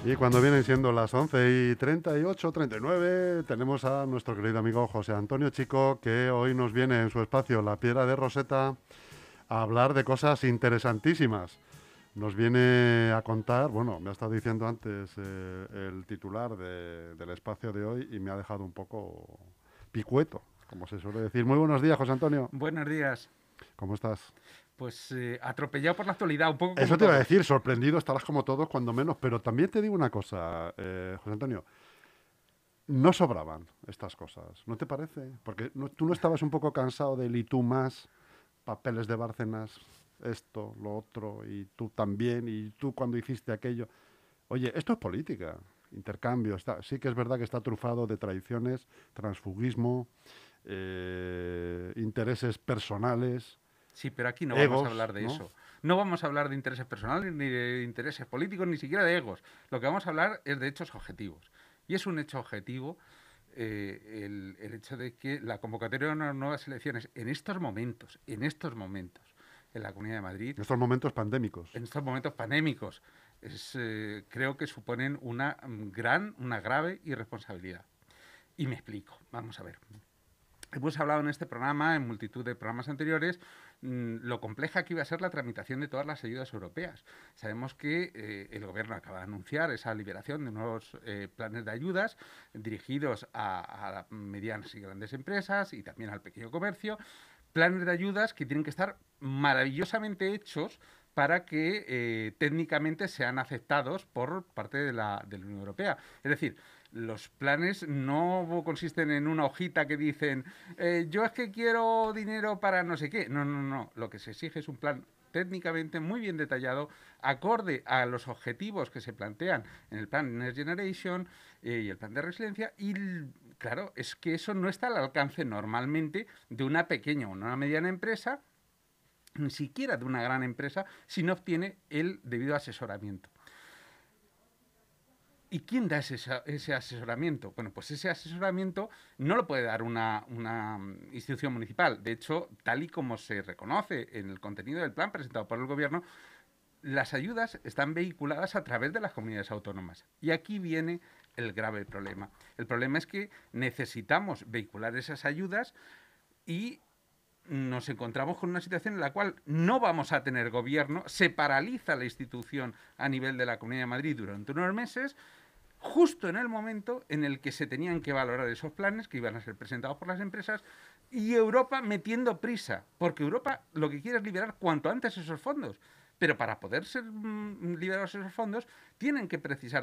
Y cuando vienen siendo las 11:38, 39, tenemos a nuestro querido amigo José Antonio Chico, que hoy nos viene en su espacio La Piedra de Roseta a hablar de cosas interesantísimas. Nos viene a contar, bueno, me ha estado diciendo antes el titular del espacio de hoy y me ha dejado un poco picueto, como se suele decir. Muy buenos días, José Antonio. Buenos días. ¿Cómo estás? Pues atropellado por la actualidad, un poco como Eso te iba a todos. decir, sorprendido estarás como todos, cuando menos, pero también te digo una cosa, José Antonio. No sobraban estas cosas, ¿no te parece? Porque tú no estabas un poco cansado del y tú más, papeles de Bárcenas, esto, lo otro, y tú también, y tú cuando hiciste aquello. Oye, esto es política, intercambio. Sí que es verdad que está trufado de traiciones, transfugismo, intereses personales, Sí, pero aquí no vamos a egos, hablar de ¿no? eso. No vamos a hablar de intereses personales, ni de intereses políticos, ni siquiera de egos. Lo que vamos a hablar es de hechos objetivos. Y es un hecho objetivo el hecho de que la convocatoria de unas nuevas elecciones en estos momentos, en la Comunidad de Madrid, En estos momentos pandémicos. en estos momentos pandémicos, creo que suponen una grave irresponsabilidad. Y me explico. Vamos a ver. Hemos hablado en este programa, en multitud de programas anteriores, lo compleja que iba a ser la tramitación de todas las ayudas europeas. Sabemos que el Gobierno acaba de anunciar esa liberación de nuevos planes de ayudas dirigidos a medianas y grandes empresas y también al pequeño comercio. Planes de ayudas que tienen que estar maravillosamente hechos para que técnicamente sean aceptados por parte de la Unión Europea. Es decir, los planes no consisten en una hojita que dicen yo es que quiero dinero para no sé qué. No, no, no. Lo que se exige es un plan técnicamente muy bien detallado, acorde a los objetivos que se plantean en el plan Next Generation y el plan de resiliencia. Y claro, es que eso no está al alcance normalmente de una pequeña o una mediana empresa, ni siquiera de una gran empresa, si no obtiene el debido asesoramiento. ¿Y quién da ese asesoramiento? Bueno, pues ese asesoramiento no lo puede dar una institución municipal. De hecho, tal y como se reconoce en el contenido del plan presentado por el Gobierno, las ayudas están vehiculadas a través de las comunidades autónomas. Y aquí viene el grave problema. El problema es que necesitamos vehicular esas ayudas y nos encontramos con una situación en la cual no vamos a tener gobierno, se paraliza la institución a nivel de la Comunidad de Madrid durante unos meses, justo en el momento en el que se tenían que valorar esos planes que iban a ser presentados por las empresas y Europa metiendo prisa, porque Europa lo que quiere es liberar cuanto antes esos fondos. Pero para poder ser liberados esos fondos, tienen que precisar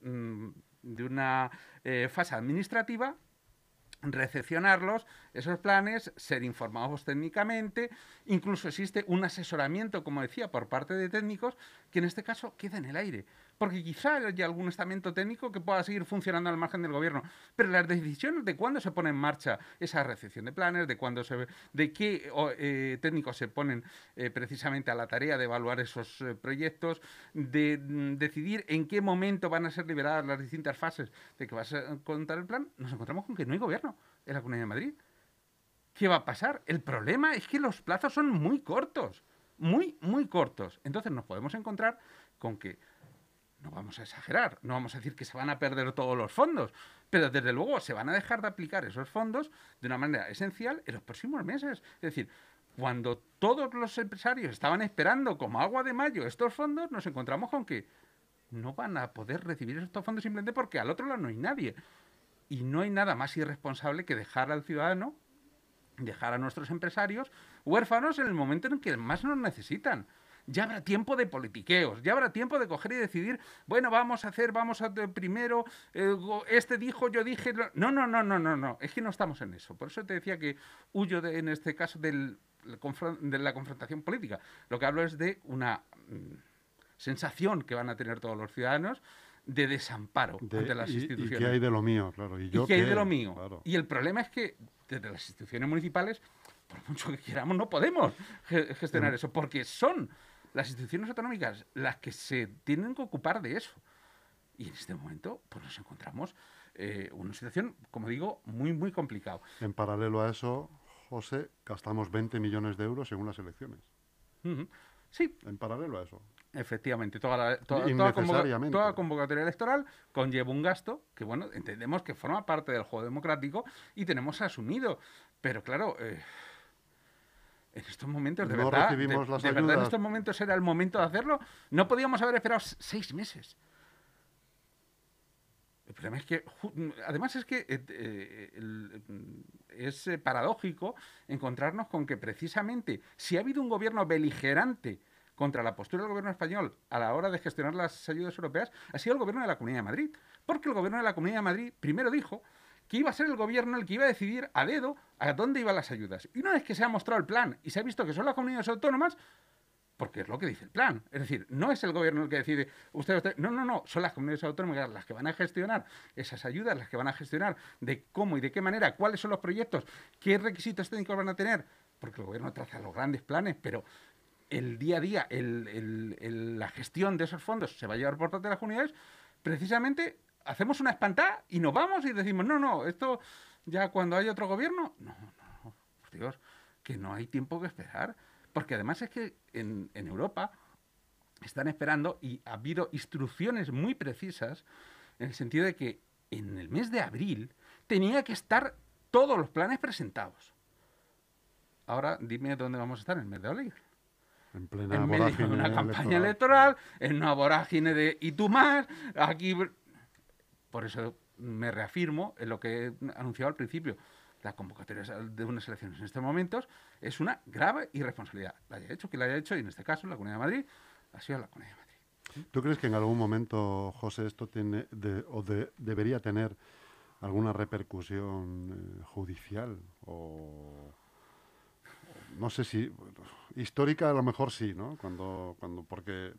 de una fase administrativa, recepcionarlos, esos planes, ser informados técnicamente, incluso existe un asesoramiento, como decía, por parte de técnicos, que en este caso queda en el aire. Porque quizá haya algún estamento técnico que pueda seguir funcionando al margen del gobierno, pero las decisiones de cuándo se pone en marcha esa recepción de planes, de qué técnicos se ponen precisamente a la tarea de evaluar esos proyectos, de decidir en qué momento van a ser liberadas las distintas fases de que va a contar el plan, nos encontramos con que no hay gobierno en la Comunidad de Madrid. ¿Qué va a pasar? El problema es que los plazos son muy cortos, muy, muy cortos. Entonces nos podemos encontrar con que, no vamos a exagerar, no vamos a decir que se van a perder todos los fondos, pero desde luego se van a dejar de aplicar esos fondos de una manera esencial en los próximos meses. Es decir, cuando todos los empresarios estaban esperando como agua de mayo estos fondos, nos encontramos con que no van a poder recibir estos fondos simplemente porque al otro lado no hay nadie. Y no hay nada más irresponsable que dejar al ciudadano, dejar a nuestros empresarios huérfanos en el momento en que más nos necesitan. Ya habrá tiempo de politiqueos, ya habrá tiempo de coger y decidir, bueno, vamos a primero, este dijo, yo dije, no, no, no, no, no, no, es que no estamos en eso. Por eso te decía que huyo en este caso de la confrontación política. Lo que hablo es de una sensación que van a tener todos los ciudadanos de desamparo ante las ¿Y qué instituciones. hay de lo mío? Claro, ¿y ¿Y yo qué hay de lo qué? mío? Claro. Y el problema es que desde las instituciones municipales, por mucho que queramos, no podemos gestionar En- eso, porque son las instituciones autonómicas las que se tienen que ocupar de eso. Y en este momento, pues nos encontramos una situación, como digo, muy, muy complicada. En paralelo a eso, José, gastamos 20 millones de euros en unas elecciones. Uh -huh. Sí, en paralelo a eso. efectivamente, Innecesariamente. toda convocatoria electoral conlleva un gasto que, bueno, entendemos que forma parte del juego democrático y tenemos asumido. Pero claro, en estos momentos, No recibimos las de verdad, en ayudas. estos momentos era el momento de hacerlo. No podíamos haber esperado 6 meses. El problema es que, además es que es paradójico encontrarnos con que precisamente si ha habido un gobierno beligerante contra la postura del gobierno español a la hora de gestionar las ayudas europeas, ha sido el gobierno de la Comunidad de Madrid. Porque el gobierno de la Comunidad de Madrid primero dijo que iba a ser el gobierno el que iba a decidir a dedo a dónde iban las ayudas. Y una vez que se ha mostrado el plan y se ha visto que son las comunidades autónomas, porque es lo que dice el plan. Es decir, no es el gobierno el que decide, no, son las comunidades autónomas las que van a gestionar esas ayudas, las que van a gestionar de cómo y de qué manera, cuáles son los proyectos, qué requisitos técnicos van a tener, porque el gobierno traza los grandes planes, pero el día a día, la gestión de esos fondos se va a llevar por parte de las comunidades. Precisamente hacemos una espantada y nos vamos y decimos, no, esto ya cuando hay otro gobierno, no, por Dios, que no hay tiempo que esperar. Porque además es que en Europa están esperando y ha habido instrucciones muy precisas en el sentido de que en el mes de abril tenía que estar todos los planes presentados. Ahora dime dónde vamos a estar en el mes de abril. En plena En medio de vorágine una campaña electoral, en una vorágine de y tú más, aquí. Por eso me reafirmo en lo que he anunciado al principio. La convocatoria de unas elecciones en estos momentos es una grave irresponsabilidad. La haya hecho quien la haya hecho, y en este caso la Comunidad de Madrid ha sido la Comunidad de Madrid. ¿Tú crees que en algún momento, José, esto debería tener alguna repercusión judicial? O no sé si histórica, a lo mejor sí, ¿no? Porque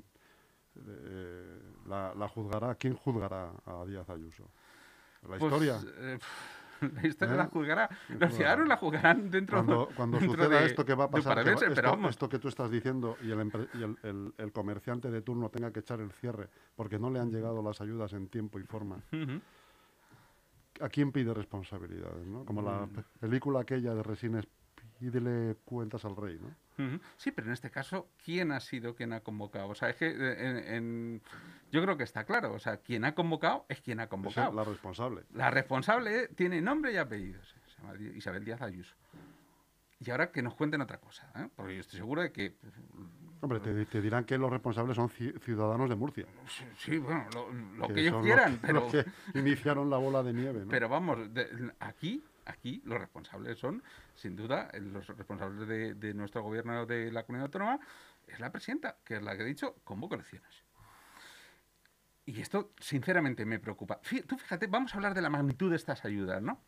la juzgará. ¿Quién juzgará a Díaz Ayuso? ¿La Pues, historia? la historia la juzgará. Los ciudadanos la juzgarán dentro Cuando dentro suceda esto que va a de un pasar, par de meses, pero vamos. esto que tú estás diciendo y el comerciante de turno tenga que echar el cierre porque no le han llegado las ayudas en tiempo y forma, ¿a quién pide responsabilidades? ¿No? Como la película aquella de Resines, pídele cuentas al rey, ¿no? Sí, pero en este caso, ¿quién ha sido quien ha convocado? O sea, es que yo creo que está claro. O sea, quien ha convocado es quien ha convocado. Es la responsable. La responsable tiene nombre y apellidos. Se llama Isabel Díaz Ayuso. Y ahora que nos cuenten otra cosa, ¿eh? Porque yo estoy seguro de que... Hombre, te dirán que los responsables son ciudadanos de Murcia. Sí, bueno, lo que ellos son quieran, pero... los que iniciaron la bola de nieve, ¿no? Pero vamos, aquí los responsables son, sin duda, los responsables de nuestro gobierno de la comunidad autónoma, es la presidenta, que es la que ha dicho, convoco elecciones. Y esto, sinceramente, me preocupa. Tú fíjate, vamos a hablar de la magnitud de estas ayudas, ¿no?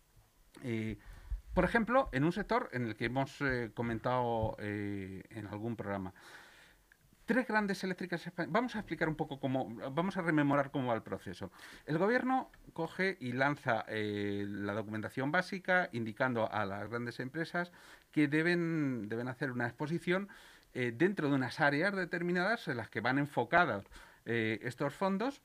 Por ejemplo, en un sector en el que hemos comentado en algún programa, 3 grandes eléctricas españolas. Vamos a explicar un poco vamos a rememorar cómo va el proceso. El gobierno coge y lanza la documentación básica indicando a las grandes empresas que deben hacer una exposición dentro de unas áreas determinadas en las que van enfocados estos fondos.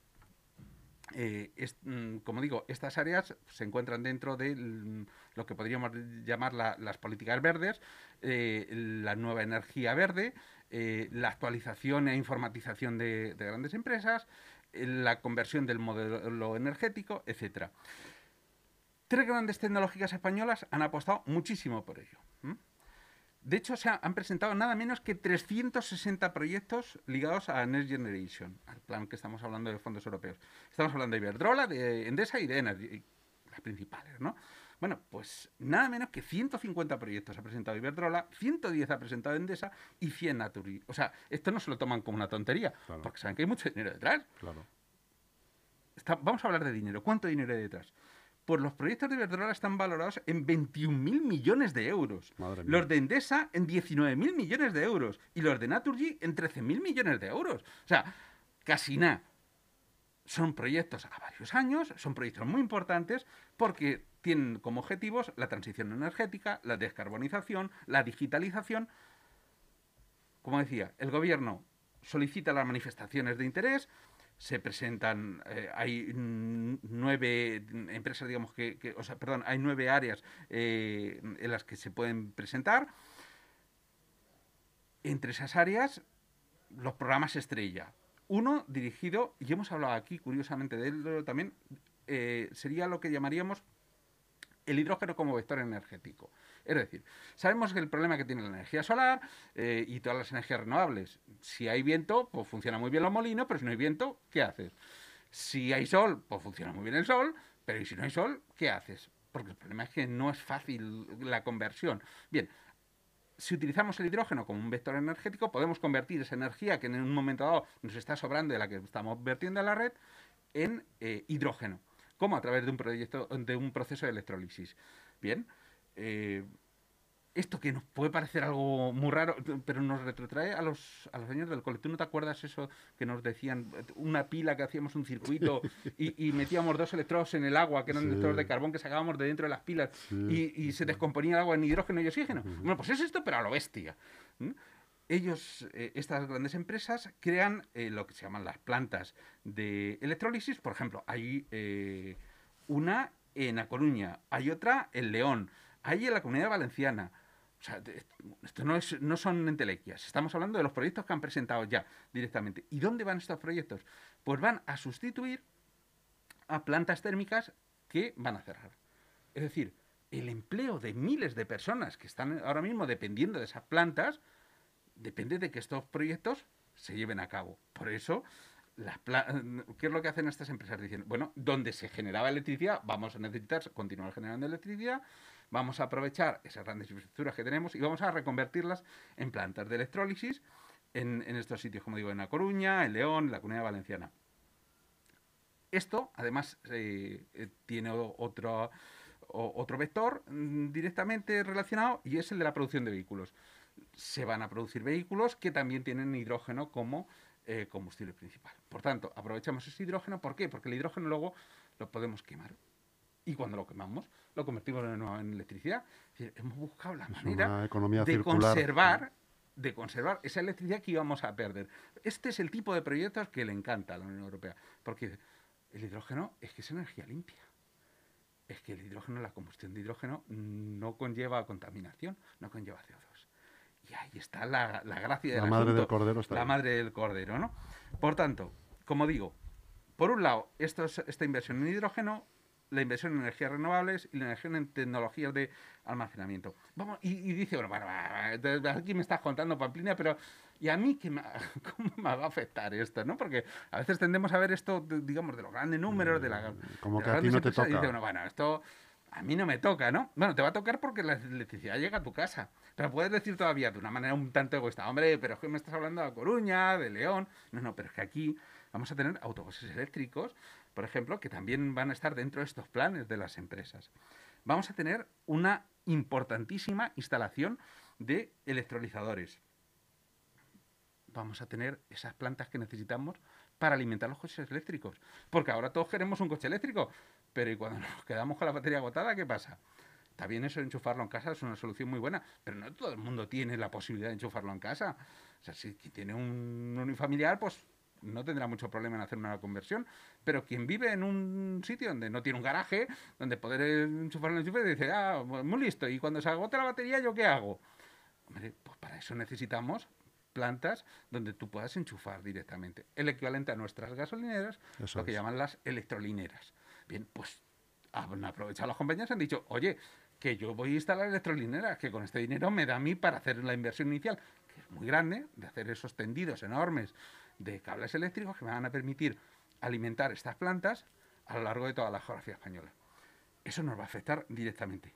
Como digo, estas áreas se encuentran dentro de lo que podríamos llamar las políticas verdes, la nueva energía verde, la actualización e informatización de grandes empresas, la conversión del modelo energético, etcétera. 3 grandes tecnológicas españolas han apostado muchísimo por ello. De hecho, han presentado nada menos que 360 proyectos ligados a Next Generation, al plan que estamos hablando de fondos europeos. Estamos hablando de Iberdrola, de Endesa y de Energy, las principales, ¿no? Bueno, pues nada menos que 150 proyectos ha presentado Iberdrola, 110 ha presentado Endesa y 100 Naturgy. O sea, esto no se lo toman como una tontería, claro, porque saben que hay mucho dinero detrás. Claro. Vamos a hablar de dinero. ¿Cuánto dinero hay detrás? Pues los proyectos de Iberdrola están valorados en 21.000 millones de euros. Los de Endesa en 19.000 millones de euros. Y los de Naturgy en 13.000 millones de euros. O sea, casi nada. Son proyectos a varios años, son proyectos muy importantes porque tienen como objetivos la transición energética, la descarbonización, la digitalización. Como decía, el gobierno solicita las manifestaciones de interés. Se presentan, hay 9 empresas, digamos hay 9 áreas en las que se pueden presentar. Entre esas áreas, los programas estrella. Uno dirigido, y hemos hablado aquí curiosamente de él también, sería lo que llamaríamos el hidrógeno como vector energético. Es decir, sabemos que el problema que tiene la energía solar y todas las energías renovables, si hay viento, pues funciona muy bien los molinos, pero si no hay viento, ¿qué haces? Si hay sol, pues funciona muy bien el sol, pero ¿y si no hay sol, qué haces? Porque el problema es que no es fácil la conversión. Bien, si utilizamos el hidrógeno como un vector energético, podemos convertir esa energía que en un momento dado nos está sobrando de la que estamos vertiendo a la red en hidrógeno. ¿Cómo? A través de un proceso de electrólisis. Bien, eh, esto que nos puede parecer algo muy raro, pero nos retrotrae a los años del cole. ¿Tú no te acuerdas eso que nos decían? Una pila que hacíamos un circuito y metíamos 2 electrodos en el agua, que eran electrodos de Sí, carbón que sacábamos de dentro de las pilas sí. y se descomponía el agua en hidrógeno y oxígeno. Ujú. Bueno, pues es esto, pero a lo bestia. ¿Mm? Ellos, estas grandes empresas, crean lo que se llaman las plantas de electrólisis. Por ejemplo, hay una en A Coruña, hay otra en León, hay en la Comunidad Valenciana. O sea, esto no son entelequias. Estamos hablando de los proyectos que han presentado ya directamente. ¿Y dónde van estos proyectos? Pues van a sustituir a plantas térmicas que van a cerrar. Es decir, el empleo de miles de personas que están ahora mismo dependiendo de esas plantas depende de que estos proyectos se lleven a cabo. Por eso, ¿qué es lo que hacen estas empresas? Dicen, bueno, donde se generaba electricidad, vamos a necesitar continuar generando electricidad, vamos a aprovechar esas grandes infraestructuras que tenemos y vamos a reconvertirlas en plantas de electrólisis en estos sitios, como digo, en A Coruña, en León, en la Comunidad Valenciana. Esto, además, tiene otro vector directamente relacionado y es el de la producción de vehículos. Se van a producir vehículos que también tienen hidrógeno como combustible principal. Por tanto, aprovechamos ese hidrógeno. ¿Por qué? Porque el hidrógeno luego lo podemos quemar. Y cuando lo quemamos, lo convertimos de nuevo en electricidad. Es decir, hemos buscado la Es manera una economía de circular. conservar esa electricidad que íbamos a perder. Este es el tipo de proyectos que le encanta a la Unión Europea. Porque el hidrógeno es que es energía limpia. Es que el hidrógeno, la combustión de hidrógeno, no conlleva contaminación, no conlleva CO2. Y ahí está la gracia del La madre del asunto, cordero está la ahí. madre del cordero, ¿no? Por tanto, como digo, por un lado, esta inversión en hidrógeno, la inversión en energías renovables y la inversión en tecnologías de almacenamiento. Vamos, y dice, bueno, aquí me estás contando, Pamplina, pero ¿y a mí cómo me va a afectar esto? ¿No? Porque a veces tendemos a ver esto, digamos, de los grandes números, de Como las que a ti grandes no te empresas, y dice, toca. bueno, esto a mí no me toca, ¿no? Bueno, te va a tocar porque la electricidad llega a tu casa. Pero puedes decir todavía de una manera un tanto egoísta, hombre, pero es que me estás hablando de Coruña, de León. No, pero es que aquí vamos a tener autobuses eléctricos, por ejemplo, que también van a estar dentro de estos planes de las empresas. Vamos a tener una importantísima instalación de electrolizadores. Vamos a tener esas plantas que necesitamos para alimentar los coches eléctricos. Porque ahora todos queremos un coche eléctrico, pero ¿y cuando nos quedamos con la batería agotada, qué pasa? Está bien eso de enchufarlo en casa, es una solución muy buena, pero no todo el mundo tiene la posibilidad de enchufarlo en casa. O sea, si tiene un unifamiliar, pues no tendrá mucho problema en hacer una conversión. Pero quien vive en un sitio donde no tiene un garaje, donde poder enchufarlo en el enchufe, dice, muy listo, y cuando se agote la batería, ¿yo qué hago? Hombre, pues para eso necesitamos plantas donde tú puedas enchufar directamente. El equivalente a nuestras gasolineras, Eso lo que es. llaman las electrolineras. Bien, pues han aprovechado las compañías y han dicho, oye, que yo voy a instalar electrolineras, que con este dinero me da a mí para hacer la inversión inicial, que es muy grande, de hacer esos tendidos enormes de cables eléctricos que me van a permitir alimentar estas plantas a lo largo de toda la geografía española. Eso nos va a afectar directamente.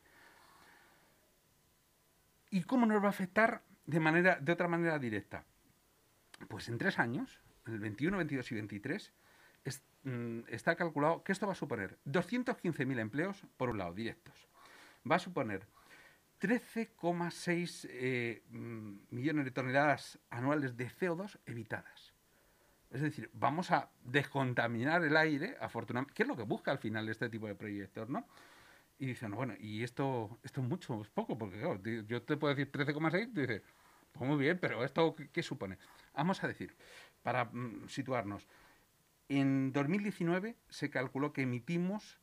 ¿Y cómo nos va a afectar de otra manera directa? Pues en 3 años, en el 21, 22 y 23, está calculado que esto va a suponer 215.000 empleos, por un lado, directos. Va a suponer 13,6 millones de toneladas anuales de CO2 evitadas. Es decir, vamos a descontaminar el aire, afortunadamente, que es lo que busca al final este tipo de proyectos, ¿no? Y dicen, bueno, y esto es mucho, es poco, porque claro, yo te puedo decir 13,6, tú dices, pues muy bien, pero ¿esto qué supone? Vamos a decir, para situarnos, en 2019 se calculó que emitimos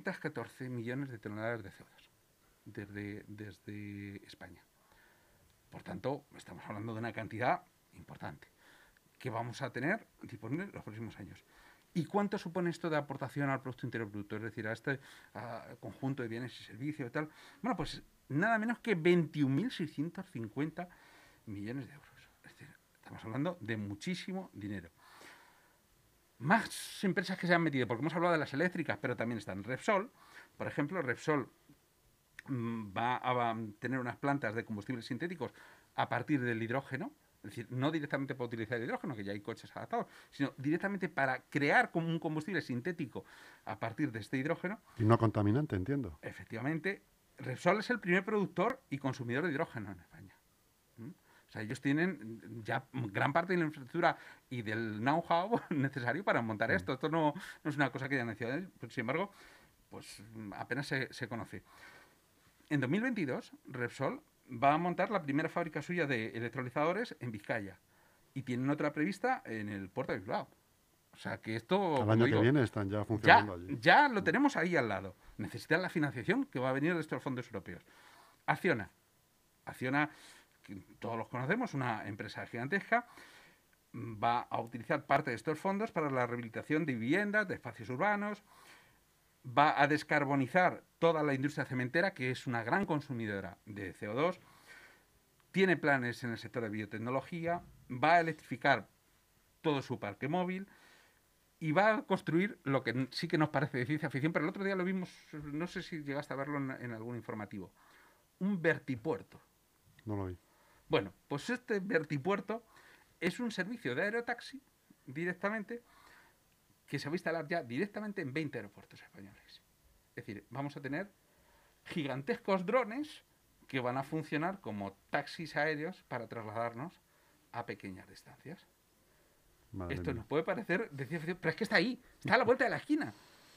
314 millones de toneladas de CO2 desde España. Por tanto, estamos hablando de una cantidad importante que vamos a tener disponible en los próximos años. ¿Y cuánto supone esto de aportación al Producto Interior Bruto? Es decir, a este conjunto de bienes y servicios y tal. Bueno, pues nada menos que 21.650 millones de euros. Es decir, estamos hablando de muchísimo dinero. Más empresas que se han metido, porque hemos hablado de las eléctricas, pero también están Repsol. Por ejemplo, Repsol va a tener unas plantas de combustibles sintéticos a partir del hidrógeno. Es decir, no directamente para utilizar el hidrógeno, que ya hay coches adaptados, sino directamente para crear como un combustible sintético a partir de este hidrógeno. Y no contaminante, entiendo. Efectivamente, Repsol es el primer productor y consumidor de hidrógeno en España. O sea, ellos tienen ya gran parte de la infraestructura y del know-how necesario para montar esto. Esto no es una cosa que hayan nacido, pues, sin embargo, pues apenas se conoce. En 2022, Repsol va a montar la primera fábrica suya de electrolizadores en Vizcaya y tienen otra prevista en el puerto de Bilbao. O sea, que esto... Al año que viene están ya funcionando allí. Ya lo tenemos ahí al lado. Necesitan la financiación que va a venir de estos fondos europeos. Acciona, que todos los conocemos, una empresa gigantesca, va a utilizar parte de estos fondos para la rehabilitación de viviendas, de espacios urbanos, va a descarbonizar toda la industria cementera, que es una gran consumidora de CO2, tiene planes en el sector de biotecnología, va a electrificar todo su parque móvil y va a construir lo que sí que nos parece de ciencia ficción, pero el otro día lo vimos, no sé si llegaste a verlo en algún informativo, un vertipuerto. No lo vi. Bueno, pues este vertipuerto es un servicio de aerotaxi directamente que se va a instalar ya directamente en 20 aeropuertos españoles. Es decir, vamos a tener gigantescos drones que van a funcionar como taxis aéreos para trasladarnos a pequeñas distancias. Madre Esto mía. nos puede parecer de ciencia ficción, pero es que está ahí, está a la vuelta de la esquina.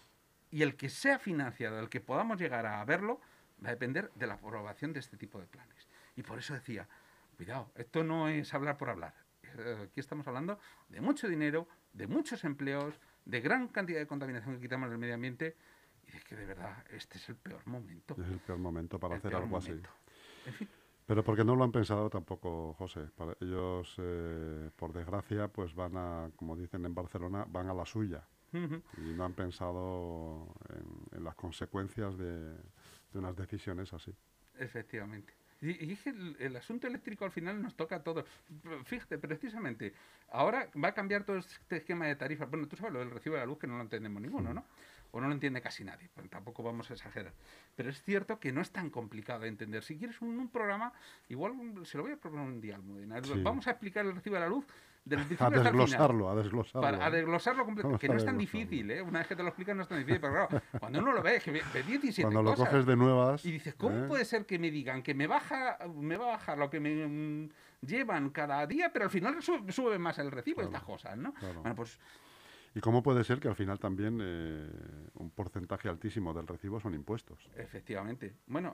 Y el que sea financiado, el que podamos llegar a verlo, va a depender de la aprobación de este tipo de planes. Y por eso decía, cuidado, esto no es hablar por hablar. Aquí estamos hablando de mucho dinero, de muchos empleos, de gran cantidad de contaminación que quitamos del medio ambiente, y es que de verdad este es el peor momento. Es el peor momento para El hacer peor algo momento. así. En fin, Pero porque no lo han pensado tampoco, José. Ellos, por desgracia, pues van a, como dicen en Barcelona, van a la suya. Y no han pensado en las consecuencias de unas decisiones así. efectivamente. Y es que el asunto eléctrico al final nos toca a todos. Fíjate, precisamente, ahora va a cambiar todo este esquema de tarifas. Bueno, tú sabes lo del recibo de la luz, que no lo entendemos ninguno, ¿no? O no lo entiende casi nadie, pues tampoco vamos a exagerar. Pero es cierto que no es tan complicado de entender. Si quieres un programa, igual se lo voy a proponer un día, Almudena. Sí. Vamos a explicar el recibo de la luz del A principio hasta el final. desglosarlo, a desglosarlo. A desglosarlo completo, Vamos que a no es tan desglosarlo. difícil, ¿eh? Una vez que te lo explicas no es tan difícil, pero claro, cuando uno lo ve, es que ve 17 Cuando lo cosas. coges de nuevas. Y dices, ¿cómo puede ser que me digan que me va a bajar lo que me llevan cada día, pero al final sube más el recibo, Claro, estas cosas, ¿no? claro. Bueno, pues ¿Y cómo puede ser que al final también un porcentaje altísimo del recibo son impuestos? efectivamente. Bueno,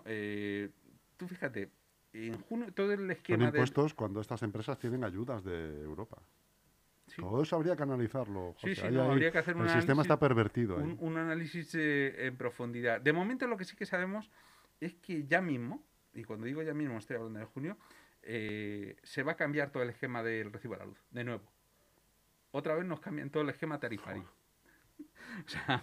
tú fíjate, en junio todo el Son esquema de... impuestos cuando estas empresas tienen ayudas de Europa. Sí. Todo eso habría que analizarlo, José. Sí, Ahí, no, ahí, habría que hacer el sistema está pervertido. Ahí. un análisis en profundidad. De momento lo que sí que sabemos es que ya mismo, y cuando digo ya mismo estoy hablando de junio, se va a cambiar todo el esquema del recibo de la luz, de nuevo. Otra vez nos cambian todo el esquema tarifario. O sea,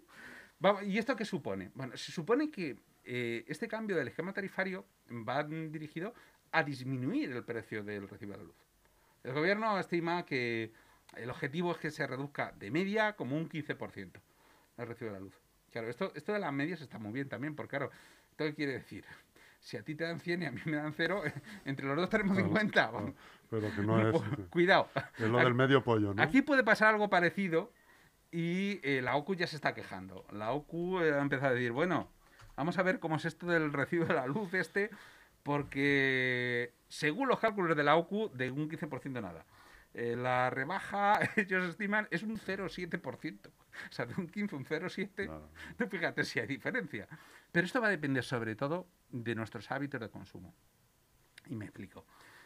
¿y esto qué supone? Bueno, se supone que este cambio del esquema tarifario va dirigido a disminuir el precio del recibo de la luz. El gobierno estima que el objetivo es que se reduzca de media como un 15% el recibo de la luz. Claro, esto de las medias está muy bien también, porque claro, ¿esto qué quiere decir? Si a ti te dan 100 y a mí me dan 0, entre los dos tenemos 50. Claro, pero que no es... Cuidado. Es lo del medio pollo, ¿no? Aquí puede pasar algo parecido y la OCU ya se está quejando. La OCU ha empezado a decir, bueno, vamos a ver cómo es esto del recibo de la luz porque según los cálculos de la OCU, de un 15% nada. La rebaja, ellos estiman, es un 0,7%. O sea, de un 15 a un 0,7. Claro. No, fíjate si hay diferencia. Pero esto va a depender sobre todo de nuestros hábitos de consumo. Y me explico.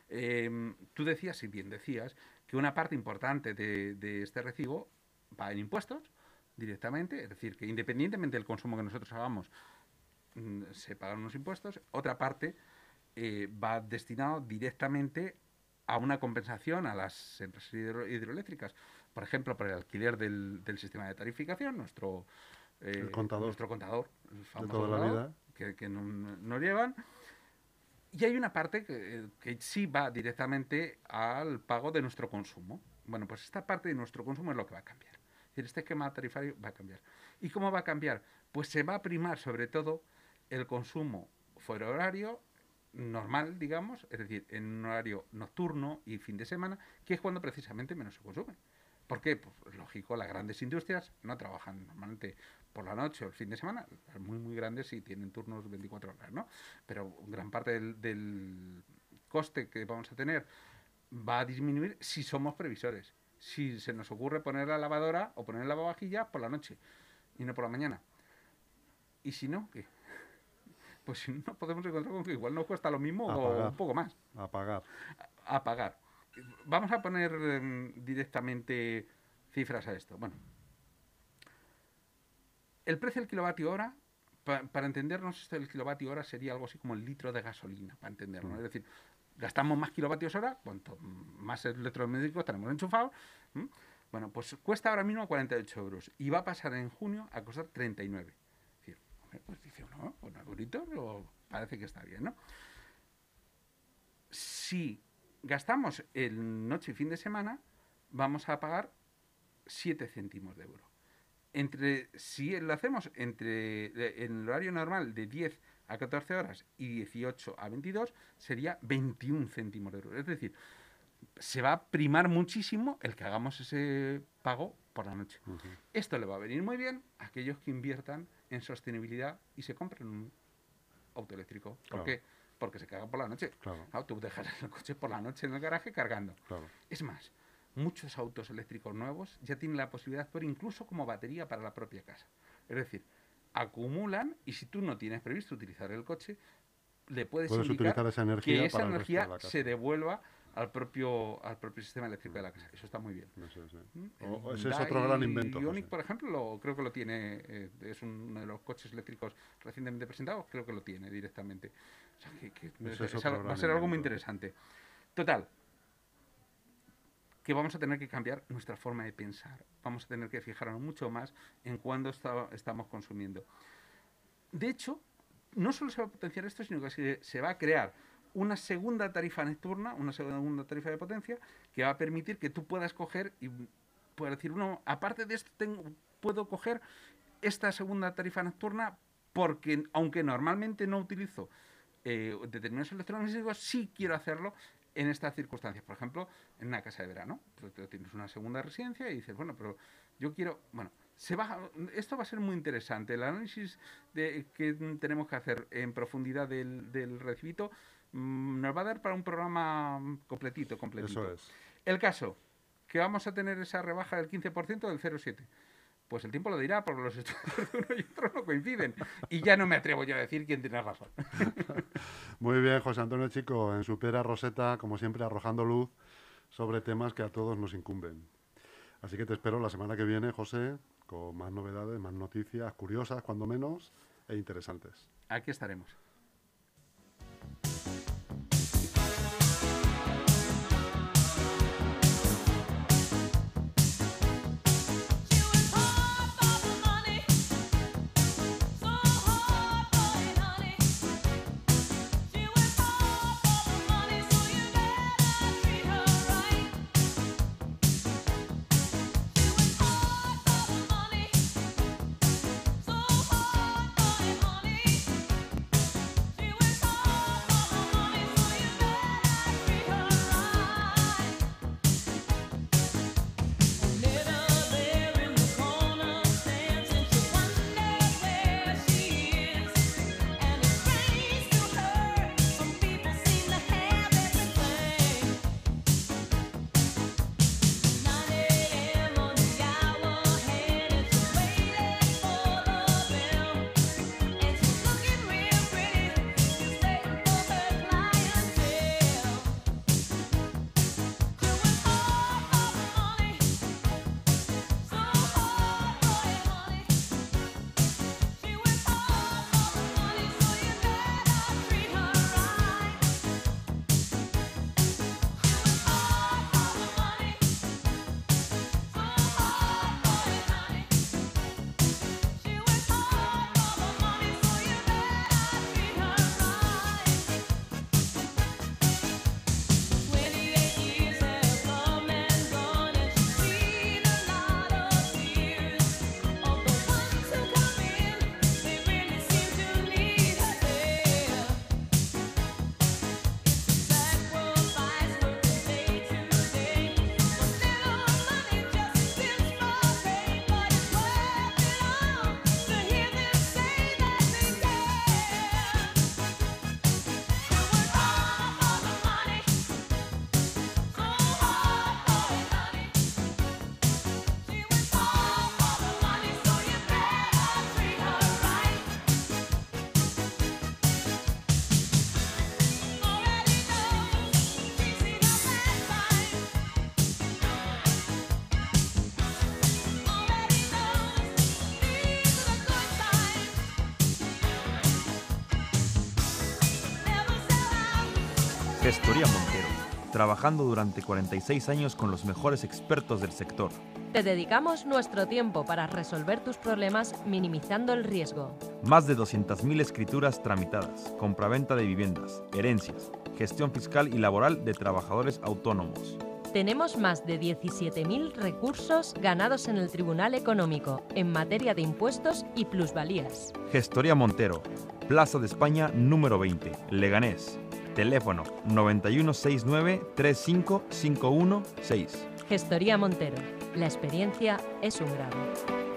Tú decías, y bien decías, que una parte importante de este recibo va en impuestos directamente, es decir, que independientemente del consumo que nosotros hagamos, se pagan unos impuestos. Otra parte va destinado directamente a una compensación a las empresas hidroeléctricas. Por ejemplo, para el alquiler del sistema de tarificación, El contador nuestro contador, el de famoso toda la contador, vida. que nos llevan. Y hay una parte que sí va directamente al pago de nuestro consumo. Bueno, pues esta parte de nuestro consumo es lo que va a cambiar. Es decir, este esquema tarifario va a cambiar. ¿Y cómo va a cambiar? Pues se va a primar sobre todo el consumo fuera horario normal, digamos, es decir, en un horario nocturno y fin de semana, que es cuando precisamente menos se consume. ¿Por qué? Pues lógico, las grandes industrias no trabajan normalmente por la noche o el fin de semana. Las muy, muy grandes sí tienen turnos 24 horas, ¿no? Pero gran parte del coste que vamos a tener va a disminuir si somos previsores. Si se nos ocurre poner la lavadora o poner la lavavajillas por la noche y no por la mañana. ¿Y si no? ¿Qué? Pues si no, podemos encontrar con que igual nos cuesta lo mismo o un poco más. A pagar. A pagar. Vamos a poner directamente cifras a esto. Bueno, el precio del kilovatio hora, para entendernos, esto del kilovatio hora sería algo así como el litro de gasolina, para entendernos. Es decir, gastamos más kilovatios hora, cuanto más electrodomésticos tenemos enchufados. Bueno, pues cuesta ahora mismo 48 euros y va a pasar en junio a costar 39. Es decir, pues dice uno, pues no es bonito, pero parece que está bien, ¿no? Si gastamos el noche y fin de semana, vamos a pagar 7 céntimos de euro. Si lo hacemos en el horario normal de 10 a 14 horas y 18 a 22, sería 21 céntimos de euro. Es decir, se va a primar muchísimo el que hagamos ese pago por la noche. Esto le va a venir muy bien a aquellos que inviertan en sostenibilidad y se compren un auto eléctrico. ¿Por qué? Porque se carga por la noche. Claro. No, tú dejas el coche por la noche en el garaje cargando. Claro. Es más, muchos autos eléctricos nuevos ya tienen la posibilidad de actuar incluso como batería para la propia casa. Es decir, acumulan y si tú no tienes previsto utilizar el coche, le puedes indicar utilizar esa energía que esa para el resto de energía la casa. se devuelva al propio sistema eléctrico de la casa. Eso está muy bien. Ese es otro gran invento. Ioniq, por ejemplo, creo que lo tiene, es uno de los coches eléctricos recientemente presentados, creo que lo tiene directamente. O sea, va a ser algo muy interesante. Total, que vamos a tener que cambiar nuestra forma de pensar. Vamos a tener que fijarnos mucho más en cuándo estamos consumiendo. De hecho, no solo se va a potenciar esto, sino que se va a crear una segunda tarifa nocturna, una segunda tarifa de potencia, que va a permitir que tú puedas coger y puedas decir, aparte de esto, puedo coger esta segunda tarifa nocturna porque, aunque normalmente no utilizo determinados electrodomésticos, sí quiero hacerlo en estas circunstancias. Por ejemplo, en una casa de verano. Tú tienes una segunda residencia y dices, bueno, pero yo quiero... Bueno, esto va a ser muy interesante. El análisis que tenemos que hacer en profundidad del recibito nos va a dar para un programa completito. Eso es. El caso, que vamos a tener esa rebaja del 15% del 0,7. Pues el tiempo lo dirá, porque los estudios de uno y otro no coinciden. Y ya no me atrevo yo a decir quién tiene razón. Muy bien, José Antonio Chico, en su piedra roseta, como siempre, arrojando luz sobre temas que a todos nos incumben. Así que te espero la semana que viene, José, con más novedades, más noticias curiosas, cuando menos, e interesantes. Aquí estaremos. Gestoría Montero, trabajando durante 46 años con los mejores expertos del sector. Te dedicamos nuestro tiempo para resolver tus problemas minimizando el riesgo. Más de 200.000 escrituras tramitadas, compraventa de viviendas, herencias, gestión fiscal y laboral de trabajadores autónomos. Tenemos más de 17.000 recursos ganados en el Tribunal Económico en materia de impuestos y plusvalías. Gestoría Montero, Plaza de España número 20, Leganés. Teléfono 9169 35516. Gestoría Montero. La experiencia es un grado.